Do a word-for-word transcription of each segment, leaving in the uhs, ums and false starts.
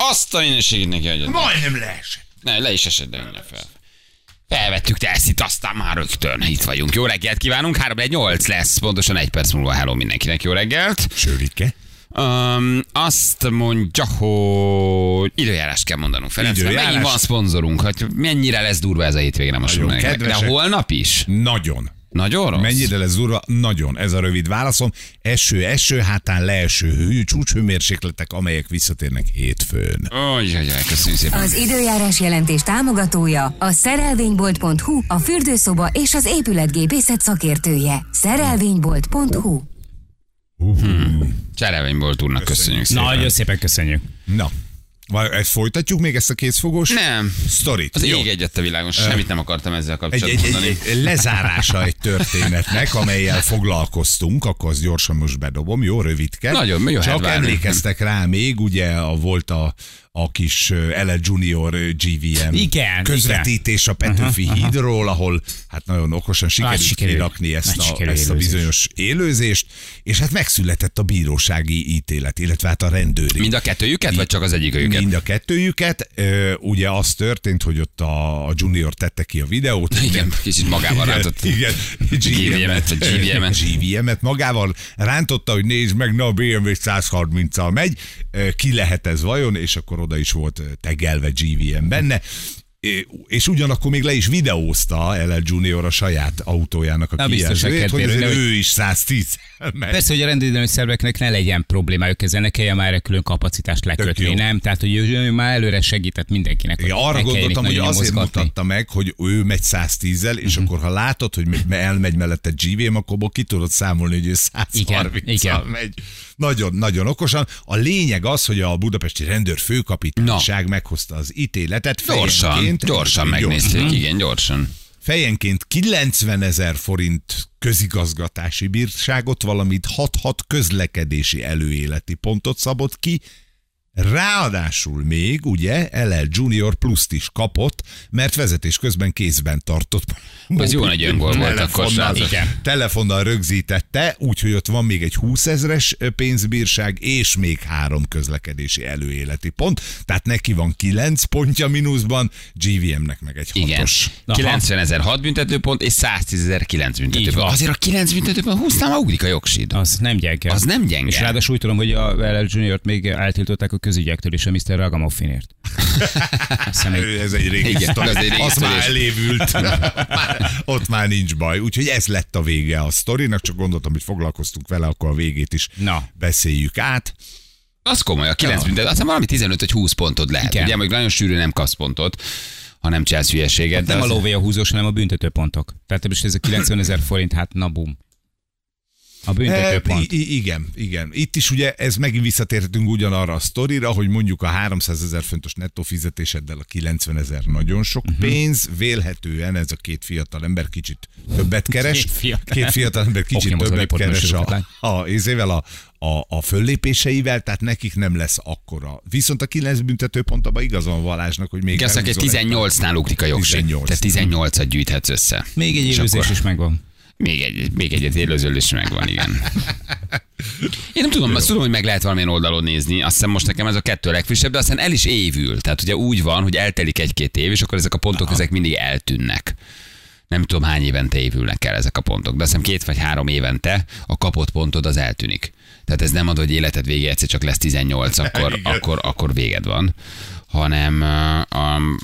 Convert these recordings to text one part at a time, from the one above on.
Azt a minőségét neki adjad. Majdnem leesett. Ne, le is esett, de minden fel. Felvettük Telszit, aztán már rögtön itt vagyunk. Jó reggelt kívánunk, három egy nyolc lesz, pontosan egy perc múlva. Hello mindenkinek, jó reggelt. Sörike. Um, azt mondja, hogy időjárást kell mondanunk, Ferenc, mert megint van szponzorunk, hogy mennyire lesz durva ez a hétvégén, most meg. De holnap is? Nagyon. Nagyon rossz? Mennyire lesz durva? Nagyon. Ez a rövid válaszom. Eső, eső, hátán leeső hő, csúcshőmérsékletek, amelyek visszatérnek hétfőn. Ojjajjaj, köszönjük szépen. Az időjárás jelentés támogatója a szerelvénybolt pont hu, a fürdőszoba és az épületgépészet szakértője. szerelvénybolt pont hu. Hmm. Cserevénybolt úrnak köszönjük szépen. Nagyon szépen köszönjük. Na. Ezt folytatjuk még, ezt a kézfogós nem. sztorit? Az Jó. ég egyet a világon, semmit nem akartam ezzel kapcsolatban egy, egy, mondani. egy, egy lezárása egy történetnek, amellyel foglalkoztunk, akkor azt gyorsan most bedobom, jó, rövidke. Nagyon, jó. Csak hát emlékeztek rá még, ugye a, volt a, a kis Ellen Junior gé vé em igen, közvetítés igen. a Petőfi uh-huh, hídról, ahol hát nagyon okosan sikerült hát, kirakni ezt, a, ezt a bizonyos élőzést, és hát megszületett a bírósági ítélet, illetve hát a rendőri. Mind a kettőjüket, mind, vagy csak az egyikőjüket? Mind a kettőjüket. Ugye az történt, hogy ott a, a Junior tette ki a videót. Igen, kicsit magával rántott. Igen, gé vé em-et, gé vé em-et. gé vé em-et magával rántotta, hogy nézd meg, na a bé em vé száz harminccal megy, ki lehet ez vajon, és akkor oda is volt tegelve gé vé em benne. És ugyanakkor még le is videózta Ellen Junior a saját autójának a kijelzőjét, hogy ő, ő is száz tíz megy. Persze, hogy a rendvédelmi szerveknek ne legyen problémájuk ezzel, ne kelljen már külön kapacitást lekötni, nem? Tehát, hogy ő már előre segített mindenkinek. Ja, arra gondoltam, hogy azért mozgatni. Mutatta meg, hogy ő megy száz tízzel, és uh-huh. akkor ha látod, hogy elmegy mellette gé vé em, akkor ki tudod számolni, hogy ő száz harminccal megy. Nagyon, nagyon okosan. A lényeg az, hogy a budapesti rendőrfőkapitányság no. meghozta az ítéletet. Gyorsan, gyorsan megnézték, gyors. igen, gyorsan. Fejenként kilencvenezer forint közigazgatási bírságot, valamint hat-hat közlekedési előéleti pontot szabott ki. Ráadásul még, ugye, Ellen Junior pluszt is kapott, mert vezetés közben kézben tartott. Ez jó nagy öngól volt akkor. Telefonnal rögzítette, úgyhogy ott van még egy húszezres pénzbírság, és még három közlekedési előéleti pont. Tehát neki van kilenc pontja mínuszban, gé vé em-nek meg egy hatos. kilencvenezer hat büntetőpont, és száztízezer kilenc büntetőpont. Azért a kilenc büntetőpont húsztán már ugrik a jogsid. Az nem gyenge. Az nem gyenge. És ráadásul úgy tudom, hogy a Ellen Juniort még eltiltották a közügyektől is a miszter Ragamoffinért. Ez egy régi sztori. Az már elévült. Ott már nincs baj. Úgyhogy ez lett a vége a sztorinak, csak gondoltam, hogy foglalkoztunk vele, akkor a végét is Na. beszéljük át. Az komoly, a kilenc ja. büntet, aztán valami tizenöt vagy húsz pontod lehet. Igen. Ugye, még nagyon sűrű nem kapsz pontot, ha nem csinálsz hülyeséget. Hát nem az... a lóvé a húzós, hanem a büntetőpontok. Tehát most ez a kilencvenezer forint, hát na bum. A büntetőpont. E, igen, igen. Itt is ugye ez megint visszatérhetünk ugyanarra a sztorira, hogy mondjuk a háromszázezer fontos nettó fizetéseddel a kilencvenezer nagyon sok uh-huh. pénz, vélhetően ez a két fiatal ember kicsit többet keres. Két fiatal, két fiatal ember kicsit okay, többet keres a, a, ézével a, a, a föllépéseivel, tehát nekik nem lesz akkora. Viszont a kilenc büntetőpont abban igazán Balázsnak, hogy még... Azt mondja, tizennyolcnál ugrik a jogség. Tehát tizennyolcat gyűjthetsz össze. Még egy élőzés is megvan. Még egy, még egyet élőzőlés megvan, igen. Én nem tudom, azt tudom, hogy meg lehet valamilyen oldalon nézni. Azt hiszem most nekem ez a kettő legfrissebb, de aztán el is évül. Tehát ugye úgy van, hogy eltelik egy-két év, és akkor ezek a pontok ezek mindig eltűnnek. Nem tudom, hány évente évülnek el ezek a pontok, de azt hiszem két vagy három évente a kapott pontod az eltűnik. Tehát ez nem ad, hogy életed vége egyszer csak lesz tizennyolc, akkor, akkor, akkor véged van, hanem... Um,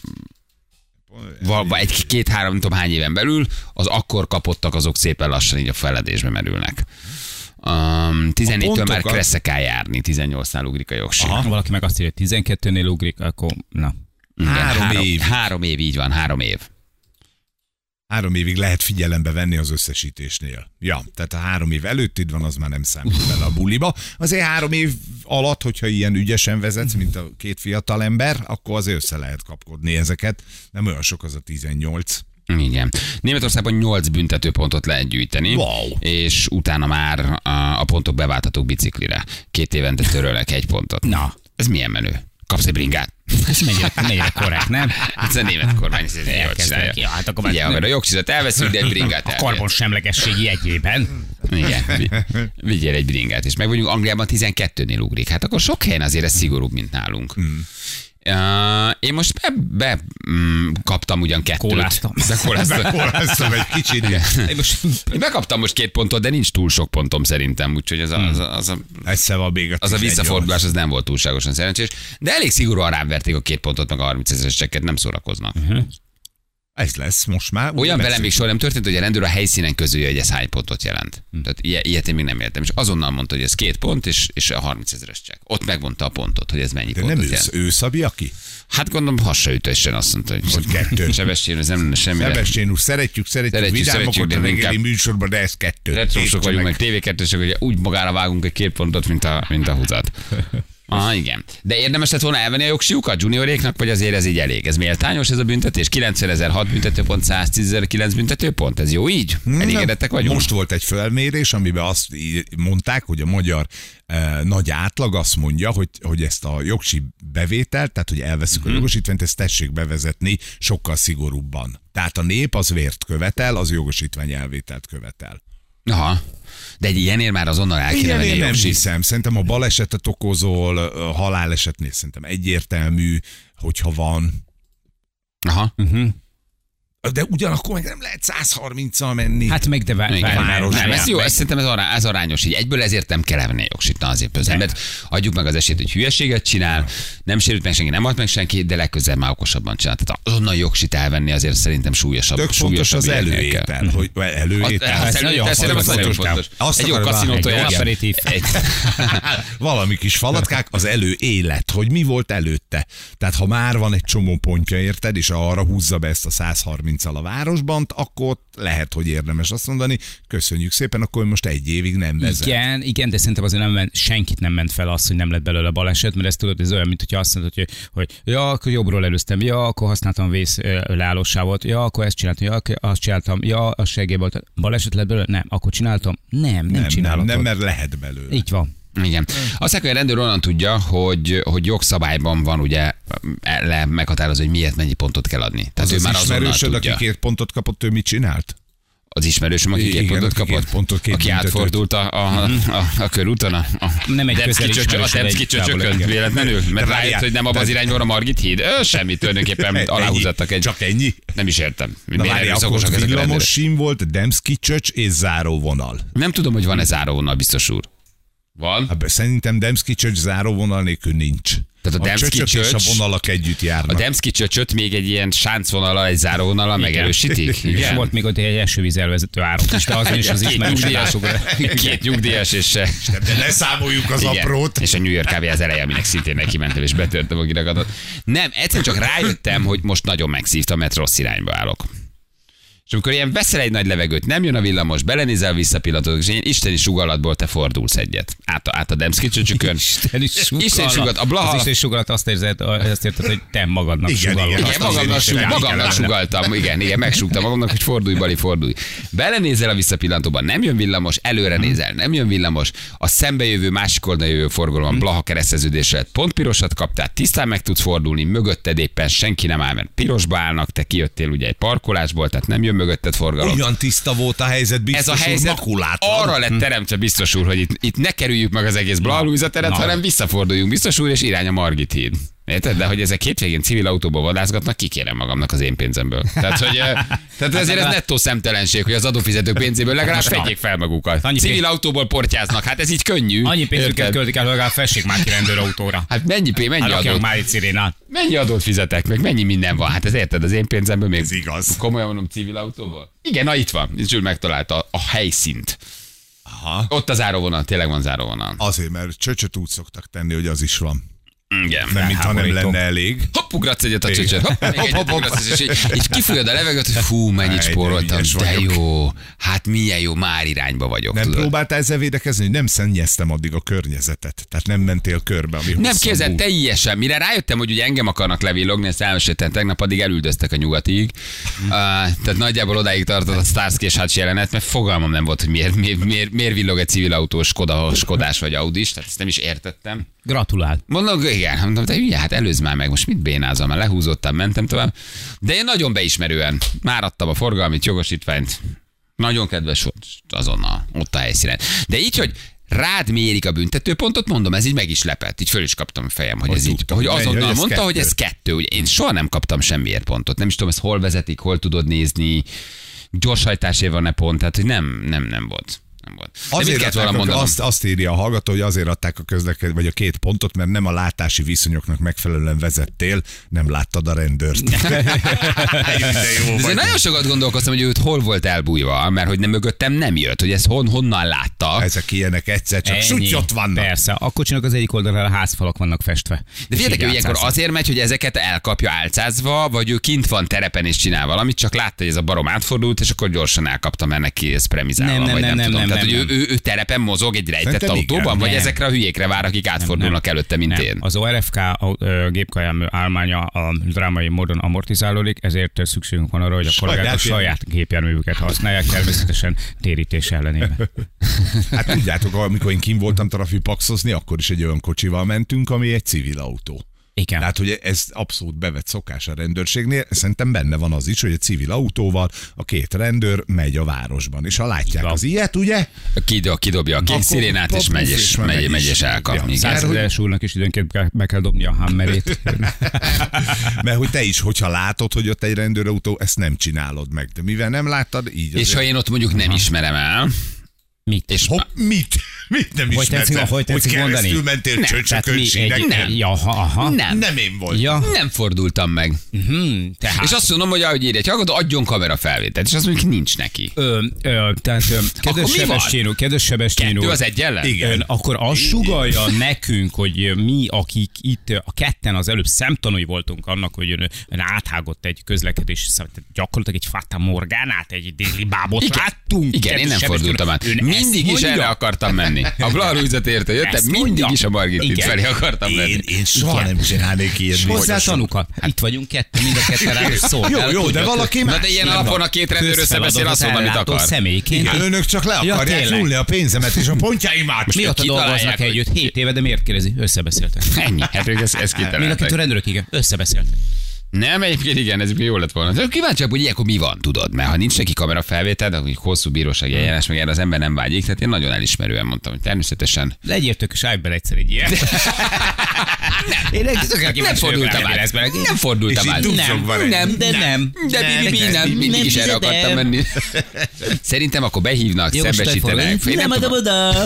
egy, két, három, nem tudom hány éven belül, az akkor kapottak, azok szépen lassan így a feledésbe merülnek. Um, tizennégytől már kressze kell járni, tizennyolcnál ugrik a jogség. Aha. Valaki meg azt írja, hogy tizenkettőnél ugrik, akkor na. Igen, három, három év. Három év, így van, három év. Három évig lehet figyelembe venni az összesítésnél. Ja, tehát a három év előttid van, az már nem számít bele a buliba. Azért három év alatt, hogyha ilyen ügyesen vezetsz, mint a két fiatal ember, akkor azért össze lehet kapkodni ezeket. Nem olyan sok az a tizennyolc. Igen. Németországban nyolc büntetőpontot lehet gyűjteni, wow. és utána már a pontok beválthatók biciklire. Két évente törölnek egy pontot. Na, ez milyen menő? Kapsz egy bringát? Ez mennyire, mennyire korrekt, nem? Ez a német kormány, ez jól csinálja. Ja, hát akkor ja, mert a jogszizat elveszünk, de egy bringát a karbonsemlegességi jegyében. Igen, vigyél egy bringát, és meg vagyunk Angliában tizenkettőnél ugrik. Hát akkor sok helyen azért ez szigorúbb, mint nálunk. Mm. Uh, én most be, be mm, kaptam ugyan kettőt. Kóláztam. Bekóláztam. Bekóláztam egy kicsit. Én, most, én bekaptam most két pontot, de nincs túl sok pontom szerintem, úgyhogy az a, az a, az a, az a visszafordulás az nem volt túlságosan szerencsés. De elég szigorúan rám verték a két pontot, meg a harmincezeres csekket, nem szórakoznak. Uh-huh. Ez lesz most már. Olyan velem még soha nem történt, hogy a rendőr a helyszínen közölje, hogy ez hány pontot jelent. Hmm. Tehát ilyet, ilyet én még nem értem. És azonnal mondta, hogy ez két pont, és, és a harmincezeres csekk. Ott megmondta a pontot, hogy ez mennyi de pontot nem jelent. ő, ő szabja ki? Hát gondolom hasraütésen azt mondta, hogy, hogy kettő. Sebestyén, ez nem lenne semmire. Sebestyén úr, szeretjük, szeretjük, szeretjük vidámokat a reggeli műsorban, de ez kettő. Retrósok vagyunk, meg té vé kettősök, hogy úgy magára vágunk egy két pontot, mint a, mint a húzat. Ah, igen. De érdemes lett volna elvenni a jogsiukat junioréknak, vagy azért ez így elég? Ez méltányos ez a büntetés? kilencvenezer hat büntetőpont, száztízezer kilenc büntetőpont? Ez jó így? Elégedettek vagyunk? Most volt egy felmérés, amiben azt mondták, hogy a magyar eh, nagy átlag azt mondja, hogy, hogy ezt a jogsi bevételt, tehát hogy elveszük uh-huh. a jogosítványt, ezt tessék bevezetni sokkal szigorúbban. Tehát a nép az vért követel, az jogosítvány elvételt követel. Aha. De egy ilyenért már azonnal el kéne venni. Én nem hiszem. Szerintem a balesetet okozol, a halálesetnél szerintem egyértelmű, hogyha van. Aha. Uh-huh. De ugyanakkor meg nem lehet száz harminccal menni. Hát meg de vár, vár, vár, nem, ez jó, ez szerintem ez, ará, ez arányos. Így egyből ezért nem kell elvenni a jogsit. Na azért az embert adjuk meg az esélyt, hogy hülyeséget csinál, nem sérült meg senki, nem halt meg senki, de legközelebb már okosabban csinál. Tehát azonnal jogsit elvenni azért szerintem súlyosabb. Tök fontos az előétel. Hogy előétel. Ez nagyon fontos. Egy jó kaszinótól aperitív. Valami kis falatkák, az előélet, hogy mi volt előtte. Tehát ha már van egy csomó pontja, érted, és arra húzza be ezt a száz harminc a városban, akkor lehet, hogy érdemes azt mondani, köszönjük szépen, akkor most egy évig nem vezet. Igen, igen, de szerintem azért nem ment, senkit nem ment fel az, hogy nem lett belőle baleset, mert ezt tudod, ez olyan, mint hogyha azt mondod, hogy, hogy ja, akkor jobbról előztem, ja, akkor használtam vész leállósávot, ja, akkor ezt csináltam, ja, akkor azt csináltam, ja, az segély volt. Baleset lett belőle? Nem. Akkor csináltam? Nem, nem, nem csinálom. Nem, nem, mert lehet belőle. Így van. Igen. Azt mondja, hogy a rendőr onnan tudja, hogy, hogy jogszabályban van ugye le meghatározó, hogy miért mennyi pontot kell adni. Tehát az ő az már azonnal tudja. Aki két pontot kapott, ő mit csinált? Az ismerősöm, aki két pontot kapott, pontot, két aki átfordult a, a, a, a, a körúton, a, a nem egy Demszki csöcsökön véletlenül, mert rájött, hogy nem abban az irányban a Margit híd. Ő semmit, tulajdonképpen aláhúzattak egy... Csak ennyi? Nem is értem. Na várj, akkor villamos sim volt, Demszki csöcs és záróvonal. Nem tudom, hogy van-e záróvonal, biztos úr. Van? Hát, szerintem Demszki csöcs záróvonal nélkül nincs. Tehát a, a Demszki csöcs és a vonalak együtt járnak. A Demszki csöcsöt még egy ilyen sáncvonallal, egy záróvonallal megerősítik. És volt még ott egy esővízelvezető áron is, de azon is az ismerős. Két nyugdíjas, és... De ne számoljuk az igen. aprót. És a New York kávé az eleje, aminek szintén neki mentem, és betörtem a kiragatot. Nem, egyszerűen csak rájöttem, hogy most nagyon megszívtam, mert rossz irányba állok. És amikor ilyen veszel egy nagy levegőt, nem jön a villamos, belenézel, visszapillantod, és ilyen isteni sugallatból te fordulsz egyet. Át a, át a Demszki csöcsökön. Isteni sugallat. Isteni sugallat. A blaha... Az isteni sugallat azt érzed, azt érted, hogy te magadnak igen, sugalod. Igen, magamnak, sug, magamnak sugaltam. Igen, igen, megsúgtam magamnak, hogy fordulj, Bali, fordulj. Belenézel a visszapillantóban, nem jön villamos, előre nézel, nem jön villamos. A szembejövő, másik oldalon jövő forgalomban blaha kereszteződésre pont pirosat kaptál, tisztán meg tudsz fordulni, mögötted éppen senki nem áll, mert pirosba állnak, te kijöttél ugye egy parkolásból, tehát nem jön mögötted forgalom. Olyan tiszta volt a helyzet, biztos ez a helyzet arra lett teremtve, biztos úr, hogy itt, itt ne kerüljük meg az egész Blaha Lujza teret, hanem visszaforduljunk, biztos úr, és irány a Margit híd. Érted? De hogy ezek hétvégén civil autóból vadászgatnak, kikérem magamnak az én pénzemből. Tehát, hogy, tehát ezért ez nettó szemtelenség, hogy az adófizetők pénzéből legalább fedjék fel magukat. Annyi civil pénz... autóból portyáznak, hát ez így könnyű. Annyi pénzüket költik el, hogy legalább fessék már ki rendőrautóra. Hát mennyi pénz, mennyi adót? Mennyi adót fizetek, meg mennyi minden van. Hát ez érted, az én pénzemből még ez igaz. Komolyan mondom, civil autóból? Igen, na itt van. Zsül megtalálta a, a helyszínt. Aha. Ott a záróvonal, tényleg van záróvonal. Azért, mert csöcsöt úgy szoktak tenni, hogy az is van. Igen. Nem, mintha nem lenne elég. Hopp, ugratsz egyet a csöcsöt. Hopp, hopp, hopp, hopp, hopp, és, és kifújod a levegőt, hogy fú, mennyit spóroltam, de jó. Hát milyen jó, már irányba vagyok. Nem tudod. próbáltál ezzel védekezni, hogy nem szennyeztem addig a környezetet. Tehát nem mentél körbe, ami nem képzeld, teljesen. Mire rájöttem, hogy ugye engem akarnak levillogni, ezt elmeséltem tegnap, addig elüldöztek a nyugatig. uh, tehát nagyjából odáig tartott a Starsky és Hutch jelenet, mert fogalmam nem volt, hogy miért, miért, miért, miért villog egy civil autós, Skoda, Skodás vagy Audis, tehát ezt nem is értettem. Gratulál. Mondom, igen, mondom, te hülye, hát előzd már meg, most mit bénázol, már lehúzottam, mentem tovább. De én nagyon beismerően már adtam a forgalmit, jogosítványt. Nagyon kedves volt, azonnal. ott a helyszínen. De így, hogy rád mérik a büntetőpontot, mondom, ez így meg is lepett. Így föl is kaptam a fejem, hogy, Hogy ez így, tudtam, hogy hogy azonnal ez mondta, kettő. hogy ez kettő. Ugye én soha nem kaptam semmiért pontot. Nem is tudom, ezt hol vezetik, hol tudod nézni, gyorshajtásé van-e pont, tehát hogy nem, nem, nem volt. Nem volt. De mit Azért kellett volna adták, a- mondanom? azt, azt írja a hallgató, hogy azért adták a közlekedés, vagy a két pontot, mert nem a látási viszonyoknak megfelelően vezettél, nem láttad a rendőrt. De jó De vagy. nagyon sokat gondolkoztam, hogy őt hol volt elbújva, mert hogy nem mögöttem nem jött, hogy ez hon, honnan látta. Ezek ilyenek egyszer csak Ennyi. sutyot vannak. Persze, a kocsinak az egyik oldalán a házfalak vannak festve. De És figyeljetek, így ő ilyenkor átszázza. azért megy, hogy ezeket elkapja álcázva, vagy ő kint van terepen és csinál valamit, csak látta, hogy ez a barom átfordult, és akkor gyorsan elkapta, mert neki ez premizálva, Nem, nem, vagy nem, nem, tudom. nem, Tehát, nem, hogy ő, ő, ő terepen mozog egy rejtett Szerintem autóban, igen. vagy Nem. ezekre a hülyékre vár, akik átfordulnak előtte, mint nem. én. Az o er ef ká a, ö, gépkajám álmánya a drámai módon amortizálódik, ezért szükségünk van arra, hogy a Saját kollégák a saját gépjárművüket használják, természetesen térítés ellenében. Hát tudjátok, amikor én kim voltam trafipaxozni, akkor is egy olyan kocsival mentünk, ami egy civil autó. Igen. Tehát, hogy ez abszolút bevett szokás a rendőrségnél, szerintem benne van az is, hogy egy civil autóval a két rendőr megy a városban, és ha látják Van. az ilyet, ugye? Kidob, kidobja a kék Akkor szirénát, és pop, megy, puf, és és már megy, megy megy, is. és elkap. Ja, Igen. Százezeres úrnak is időnként be- be kell dobni a hammerét. Mert hogy te is, hogyha látod, hogy ott egy rendőrautó, ezt nem csinálod meg. De mivel nem láttad, így És ha én ott mondjuk nem ismerem el, Mit? és Hopp, mit? Mit nem Hogy ismerted? tetszik- hogy tetszik mondani? keresztül mentél Nem, Tehát csöcsökön mi sínek? egy, Nem. Ja, aha, aha. nem. Nem én voltam. Ja. Nem fordultam meg. Hmm, tehát. És azt mondom, hogy ahogy írja egy hallgató, adjon kamera felvételt, és azt mondjuk nincs neki. Ö, ö, tehát, ö, kedves mi van? Sebestyén úr, kedves Sebestyén Kettő úr, az egy ellen? Igen. Ön akkor azt sugalja nekünk, hogy mi, akik itt a ketten az előbb szemtanúi voltunk annak, hogy ön, ön áthágott egy közlekedés, tehát gyakorlatilag egy Fata Morganát, egy déli bábot Igen. láttunk. Igen, én nem Kedves fordultam át. Sebestyén úr, ön Mindig ezt is mondja? erre akartam menni. A Blaruizat érte jöttem, Ezt mindig mondja? is a Margit Igen. felé akartam menni. Én, én soha Igen. nem csinálnék ilyet. Hozzá biztosan. tanuka. Itt vagyunk ketten, mind a ketten rá szól. Jó, jó, de valaki Na más. de ilyen alapon a két rendőr összebeszél, azt mondom, amit akar. Személyként. Igen, önök csak le Ja, akarják tényleg. nyúlni a pénzemet és a pontjaimat. Mióta kitalálják, dolgoznak hogy- együtt? Hét éve, de miért kérdezi? Összebeszéltek. Ennyi, hát ők ezt, ezt Mind a kettő kitalálták. rendőrök, igen. Összebeszéltek. Nem, egyébként igen, ez jó lett volna. De kíváncsiak, hogy ilyenkor mi van, tudod? Mert ha nincs neki kamerafelvétel, akkor hosszú bírósági eljárás, meg erre az ember nem vágyik, tehát én nagyon elismerően mondtam, hogy természetesen Legyél és állj bele egyszer egy ilyen. Én egy nem fordultam át. Nem fordultam És így át. duzzog van egy- Nem, de nem. De mi, mi, mi, nem, mindig is erre akartam menni. Szerintem akkor behívnak, szembesítenek. Én Nem adom oda.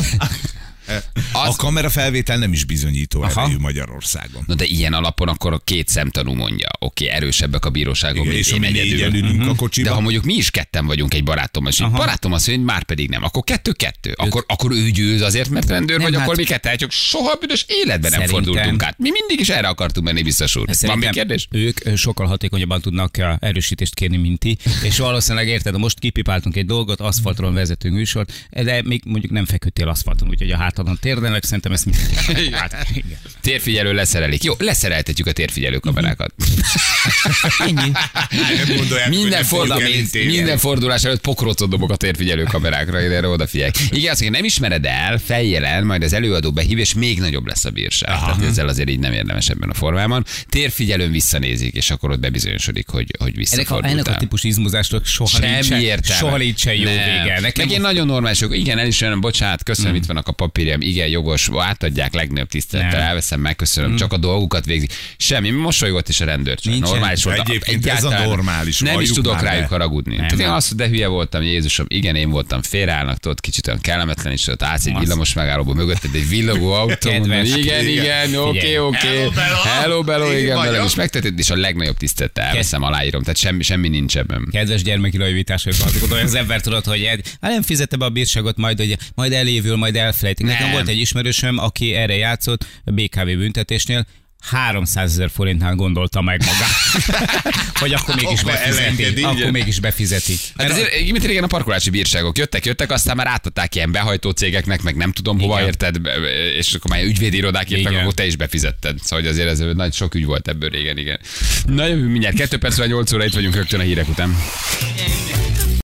A Az- kamerafelvétel nem is bizonyító Aha. erejű Magyarországon. Na de ilyen alapon akkor a két szemtanú mondja, oké, erősebbek a bíróságon, Igen, mint és én ha mi négyen egyedül. ülünk a De kocsiba, ha mondjuk mi is ketten vagyunk egy barátommal, és egy barátom azt mondja, hogy már pedig nem, akkor kettő-kettő. Akkor, akkor ő győz azért, mert rendőr Nem, vagy, hát- akkor mi ketten csak soha büdös életben nem Szerintem- fordultunk át. Mi mindig is erre akartunk menni, biztos úr. Van még Szerintem kérdés? ők sokkal hatékonyabban tudnak uh, erősítést kérni, mint ti, és valószínűleg érted, most kipipáltunk egy dolgot, aszfaltról vezetünk műsort, de még mondjuk nem feküdtél aszfalton, úgyhogy a hátadon térdelnek, szerintem ezt mindenki. Hát, igen. Térfigyelő leszerelik. Jó, leszereltetjük a térfigyelő kamerákat. Ennyi. nem gondolják, hogy Minden, nem fogjuk fordulás, elintézni. minden fordulás előtt pokrócot dobok a térfigyelő kamerákra, én erre odafigyelek. Igen, azt, hogy nem ismered el, feljelen, majd az előadó behív, és még nagyobb lesz a bírság. Tehát ezzel azért így nem érdemes ebben a formában. Térfigyelőn visszanézik, és akkor ott bebizonyosodik, hogy, hogy Ennek a, visszafordultál. ennek a típus izmozásnak soha Semmi nincsen, értelme. soha nincsen jó Nem. vége. Nekem Meg én nagyon normálisok. Igen, el is jönöm, bocsánat, köszönöm, mm. itt vannak a papírjaim, igen, jogos, átadják legnagyobb tisztelettel, Nem. elveszem, megköszönöm, mm. csak a dolgukat végzik. Semmi, mosolygott is a rendőr, csak Nincsen. normális volt. Egyébként ez a Egyáltalán normális, Nem is valljuk tudok már rájuk be. haragudni. Nem, Tehát én nem. azt, de hülye voltam, Jézusom, igen, én voltam, félreállnak, tudod, kicsit olyan kellemetlen is, ott állsz egy Az. villamos megállóba, mögötted egy villogó autó, mondom, Kedves. igen, igen, oké, Figyelj. oké, Hello, Bello. hello, bello, Én igen, vagyok. velem is megtetted, és a legnagyobb tisztelettel elveszem, aláírom, tehát semmi, semmi nincs ebben. Kedves gyermeki lajvítások, azt gondolom, az ember tudod, hogy hát nem fizette be a bírságot, majd, hogy majd elévül, majd elfelejtik. Nekem Nem. volt egy ismerősöm, aki erre játszott a bé ká vé büntetésnél, háromszázezer forintnál gondolta meg magát, hogy akkor mégis Akkor befizeti. elengedi, Akkor igen. mégis befizeti. Hát azért, mint régen a parkolási bírságok jöttek, jöttek, aztán már átadták ilyen behajtó cégeknek, meg nem tudom hova Igen. érted, és akkor már ügyvédi irodák írtak, Igen. akkor te is befizetted. Szóval hogy azért ez nagy sok ügy volt ebből régen, igen. Na jövő mindjárt, kettő perc vagy nyolc óra, itt vagyunk rögtön a hírek után.